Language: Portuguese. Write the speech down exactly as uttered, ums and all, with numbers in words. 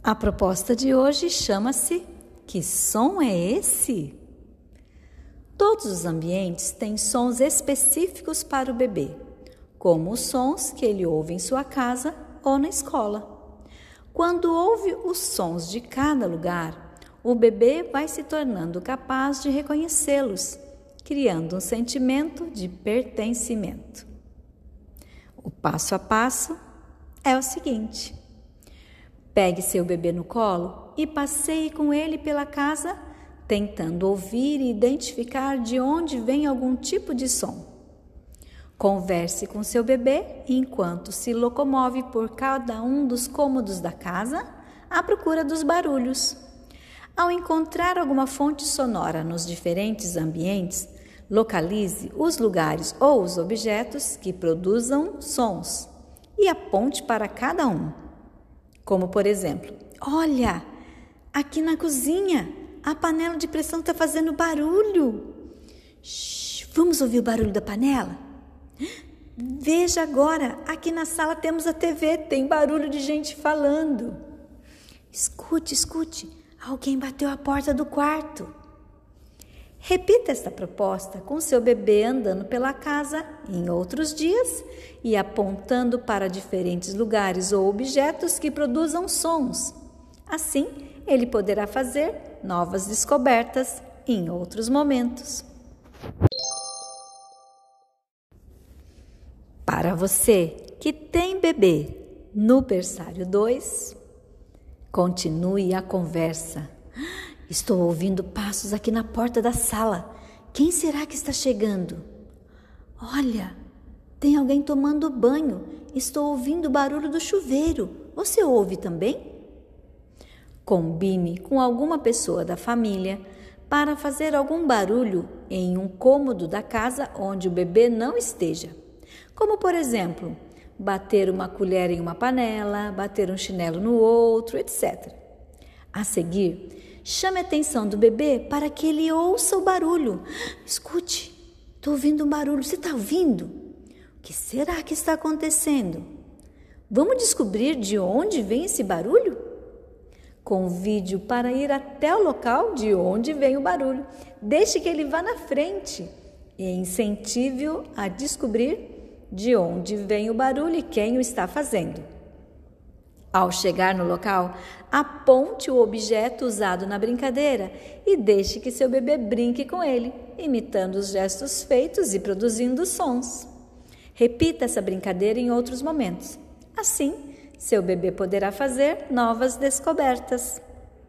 A proposta de hoje chama-se Que som é esse? Todos os ambientes têm sons específicos para o bebê, como os sons que ele ouve em sua casa ou na escola. Quando ouve os sons de cada lugar, o bebê vai se tornando capaz de reconhecê-los, criando um sentimento de pertencimento. O passo a passo é o seguinte: pegue seu bebê no colo e passeie com ele pela casa, tentando ouvir e identificar de onde vem algum tipo de som. Converse com seu bebê enquanto se locomove por cada um dos cômodos da casa à procura dos barulhos. Ao encontrar alguma fonte sonora nos diferentes ambientes, localize os lugares ou os objetos que produzam sons e aponte para cada um. Como, por exemplo, olha, aqui na cozinha, a panela de pressão está fazendo barulho. Shhh, vamos ouvir o barulho da panela? Veja agora, aqui na sala temos a T V, tem barulho de gente falando. Escute, escute, alguém bateu a porta do quarto. Repita esta proposta com seu bebê andando pela casa em outros dias e apontando para diferentes lugares ou objetos que produzam sons. Assim, ele poderá fazer novas descobertas em outros momentos. Para você que tem bebê no berçário dois, continue a conversa. Estou ouvindo passos aqui na porta da sala. Quem será que está chegando? Olha, tem alguém tomando banho. Estou ouvindo o barulho do chuveiro. Você ouve também? Combine com alguma pessoa da família para fazer algum barulho em um cômodo da casa onde o bebê não esteja. Como, por exemplo, bater uma colher em uma panela, bater um chinelo no outro, etcétera. A seguir, chame a atenção do bebê para que ele ouça o barulho. Escute, estou ouvindo um barulho. Você está ouvindo? O que será que está acontecendo? Vamos descobrir de onde vem esse barulho? Convide-o para ir até o local de onde vem o barulho. Deixe que ele vá na frente e incentive-o a descobrir de onde vem o barulho e quem o está fazendo. Ao chegar no local, aponte o objeto usado na brincadeira e deixe que seu bebê brinque com ele, imitando os gestos feitos e produzindo sons. Repita essa brincadeira em outros momentos. Assim, seu bebê poderá fazer novas descobertas.